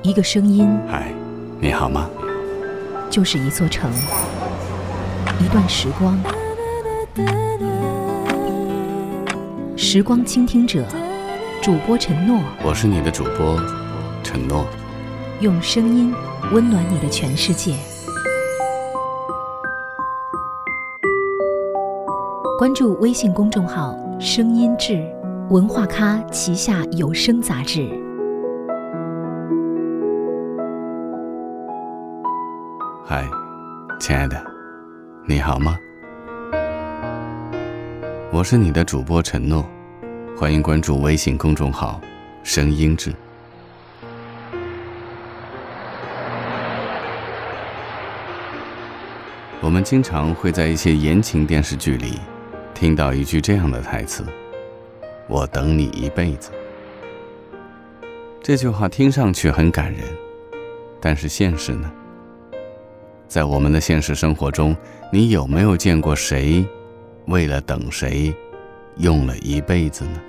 一个声音， 嗨，你好吗？ 就是一座城，一段时光。时光倾听者，主播陈诺。 我是你的主播陈诺， 用声音温暖你的全世界。关注微信公众号声音志，文化咖旗下有声杂志。 嗨，亲爱的，你好吗？我是你的主播陈诺，欢迎关注微信公众号声音志。我们经常会在一些言情电视剧里听到一句这样的台词：我等你一辈子。这句话听上去很感人，但是现实呢？在我们的现实生活中，你有没有见过谁为了等谁用了一辈子呢？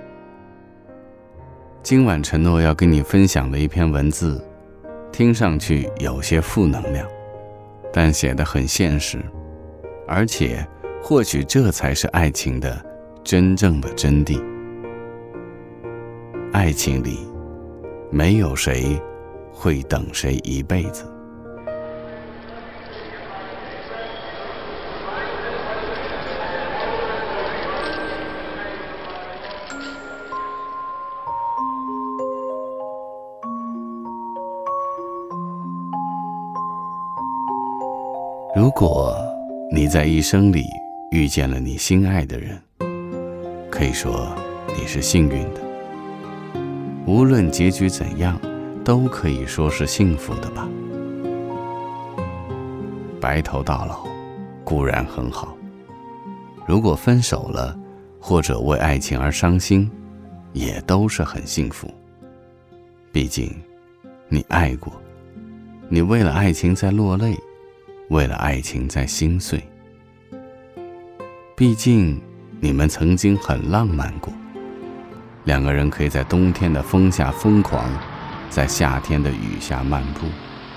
今晚陈诺要跟你分享的一篇文字，听上去有些负能量，但写得很现实，而且或许这才是爱情的真正的真谛。爱情里没有谁会等谁一辈子。如果你在一生里遇见了你心爱的人，可以说你是幸运的。无论结局怎样，都可以说是幸福的吧。白头到老固然很好，如果分手了，或者为爱情而伤心，也都是很幸福。毕竟你爱过，你为了爱情在落泪，为了爱情在心碎。毕竟你们曾经很浪漫过，两个人可以在冬天的风下疯狂，在夏天的雨下漫步。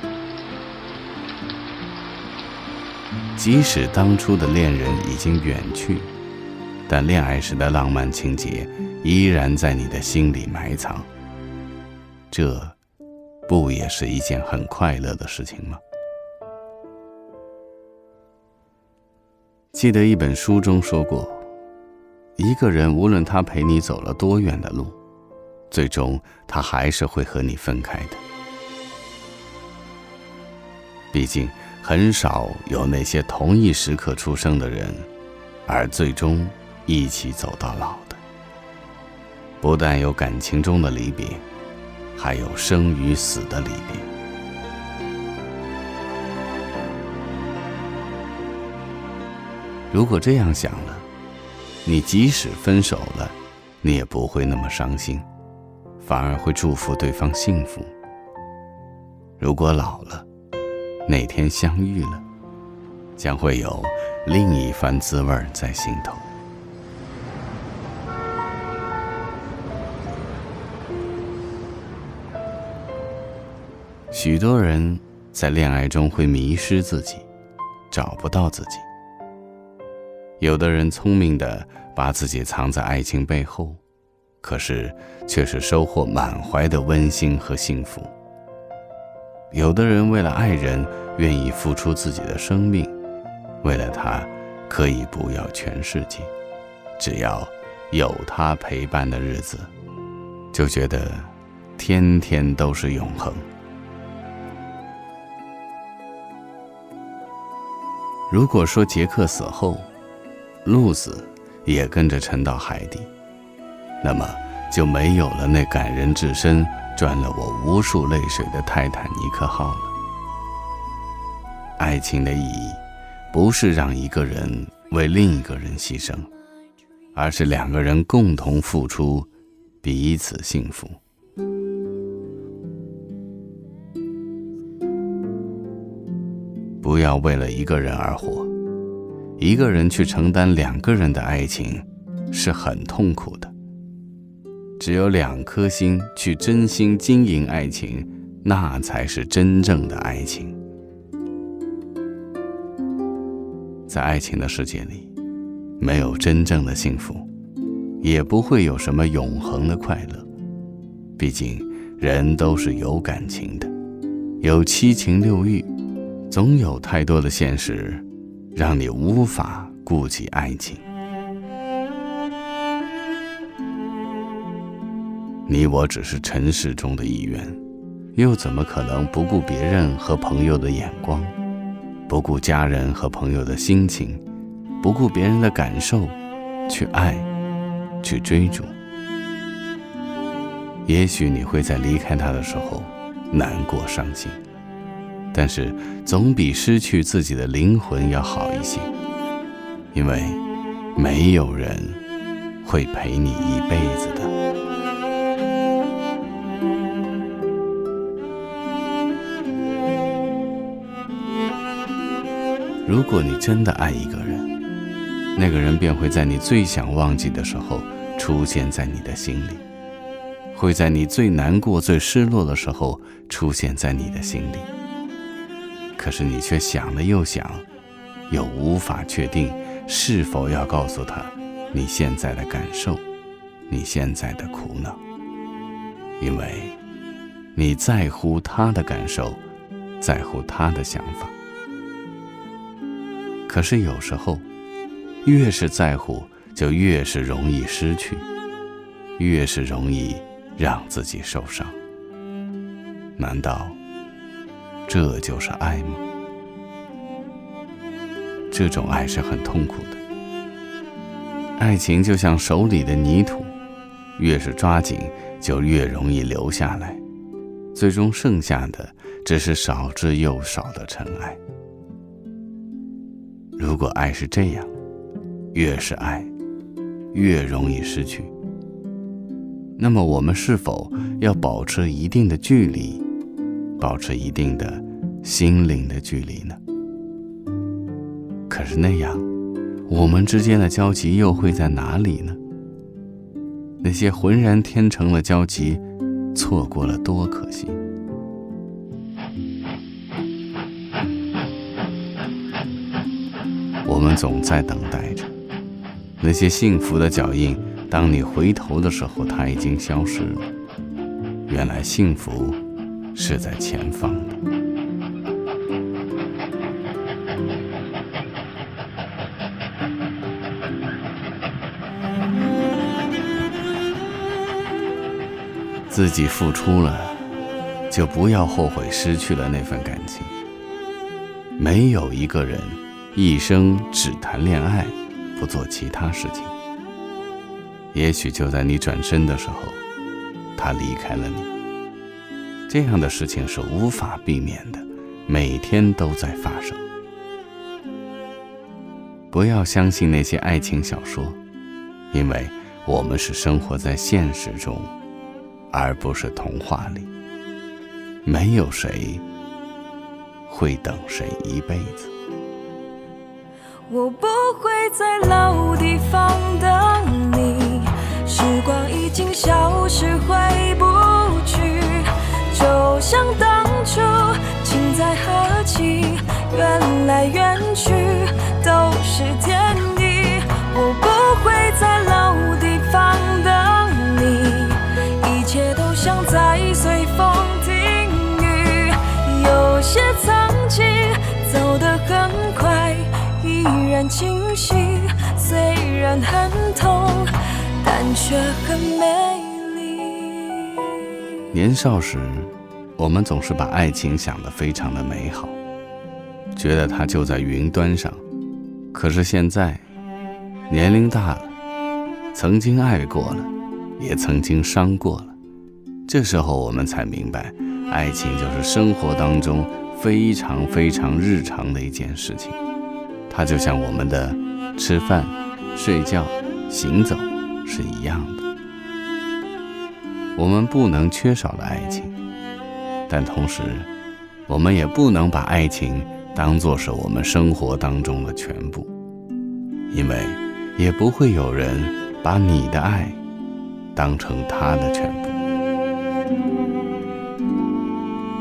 即使当初的恋人已经远去，但恋爱时的浪漫情节依然在你的心里埋藏，这不也是一件很快乐的事情吗？记得一本书中说过，一个人无论他陪你走了多远的路，最终他还是会和你分开的。毕竟很少有那些同一时刻出生的人，而最终一起走到老的。不但有感情中的离别，还有生与死的离别。如果这样想了，你即使分手了，你也不会那么伤心，反而会祝福对方幸福。如果老了，哪天相遇了，将会有另一番滋味在心头。许多人在恋爱中会迷失自己，找不到自己。有的人聪明地把自己藏在爱情背后，可是却是收获满怀的温馨和幸福。有的人为了爱人愿意付出自己的生命，为了他可以不要全世界，只要有他陪伴的日子，就觉得天天都是永恒。如果说杰克死后，露丝也跟着沉到海底，那么就没有了那感人至深、赚了我无数泪水的泰坦尼克号了。爱情的意义，不是让一个人为另一个人牺牲，而是两个人共同付出，彼此幸福。不要为了一个人而活，一个人去承担两个人的爱情是很痛苦的。只有两颗心去真心经营爱情， 那才是真正的爱情。在爱情的世界里，没有真正的幸福，也不会有什么永恒的快乐。毕竟人都是有感情的，有七情六欲，总有太多的现实让你无法顾及爱情。你我只是尘世中的一员，又怎么可能不顾别人和朋友的眼光，不顾家人和朋友的心情，不顾别人的感受，去爱，去追逐？也许你会在离开他的时候难过伤心，但是总比失去自己的灵魂要好一些，因为没有人会陪你一辈子的。如果你真的爱一个人，那个人便会在你最想忘记的时候出现在你的心里，会在你最难过最失落的时候出现在你的心里。可是你却想了又想，又无法确定是否要告诉他你现在的感受，你现在的苦恼，因为你在乎他的感受，在乎他的想法。可是有时候，越是在乎，就越是容易失去，越是容易让自己受伤。难道这就是爱吗？这种爱是很痛苦的。爱情就像手里的泥土，越是抓紧，就越容易留下来，最终剩下的只是少之又少的尘埃。如果爱是这样，越是爱，越容易失去，那么我们是否要保持一定的距离，保持一定的心灵的距离呢？可是那样，我们之间的交集又会在哪里呢？那些浑然天成的交集，错过了多可惜。我们总在等待着那些幸福的脚印，当你回头的时候，它已经消失了。原来幸福是在前方的。自己付出了，就不要后悔失去了那份感情。没有一个人一生只谈恋爱，不做其他事情。也许就在你转身的时候，他离开了你。这样的事情是无法避免的，每天都在发生。不要相信那些爱情小说，因为我们是生活在现实中，而不是童话里。没有谁会等谁一辈子。 我不会在老地方等你，时光已经消失回不去，就像当初情在何期，缘来缘去都是天意。我不会在老地方等你，一切都像在随风停雨，有些曾经走得很快，依然清晰，虽然很痛，但却很美丽。 年少时，我们总是把爱情想得非常的美好，觉得它就在云端上。可是现在，年龄大了，曾经爱过了，也曾经伤过了。这时候我们才明白，爱情就是生活当中非常非常日常的一件事情。它就像我们的吃饭、睡觉、行走是一样的。我们不能缺少了爱情，但同时我们也不能把爱情当作是我们生活当中的全部，因为也不会有人把你的爱当成他的全部。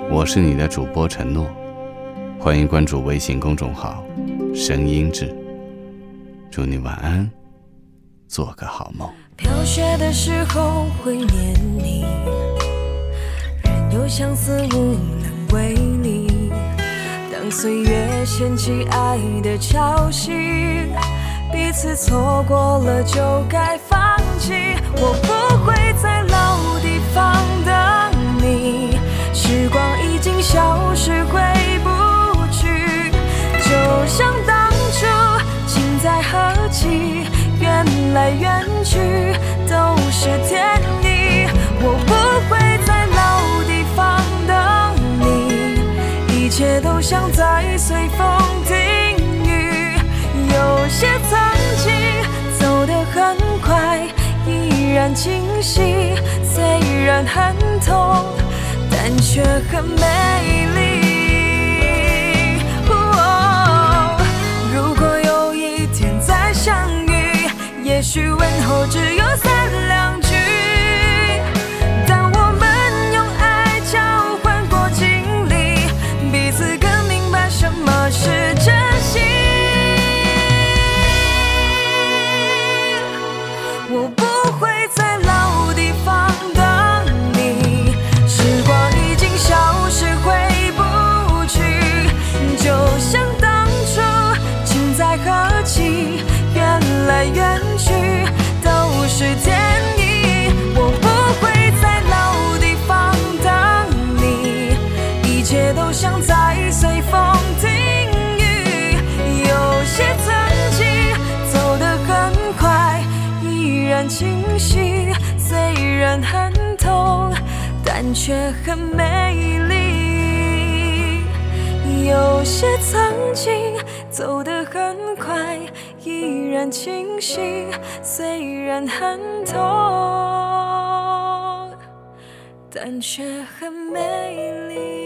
我是你的主播陈诺，欢迎关注微信公众号声音志，祝你晚安，做个好梦。 飘雪的时候会念你，人有相思无能为力，当岁月掀起爱的潮汐，彼此错过了就该放弃。我不会在老地方等你，时光已经消失回不去，就像当初情在何起，缘来缘去都是天意。我不会在老地方等你，一切都像在随风停雨。有些曾经走得很快，依然清晰，虽然很痛，但却很美丽。如果有一天再相遇，也许问候只有3两句，当我们用爱交换过经历，彼此更明白什么是真心。我不会在老地方等你，时光已经消失回不去，就像当初情在何起，缘来缘去都是天意。我不会在老地方等你，一切都像在随风停雨。有些曾经走得很快，依然清晰，虽然很痛，但却很美丽。有些曾经走得很快，依然清晰，虽然很痛，但却很美丽。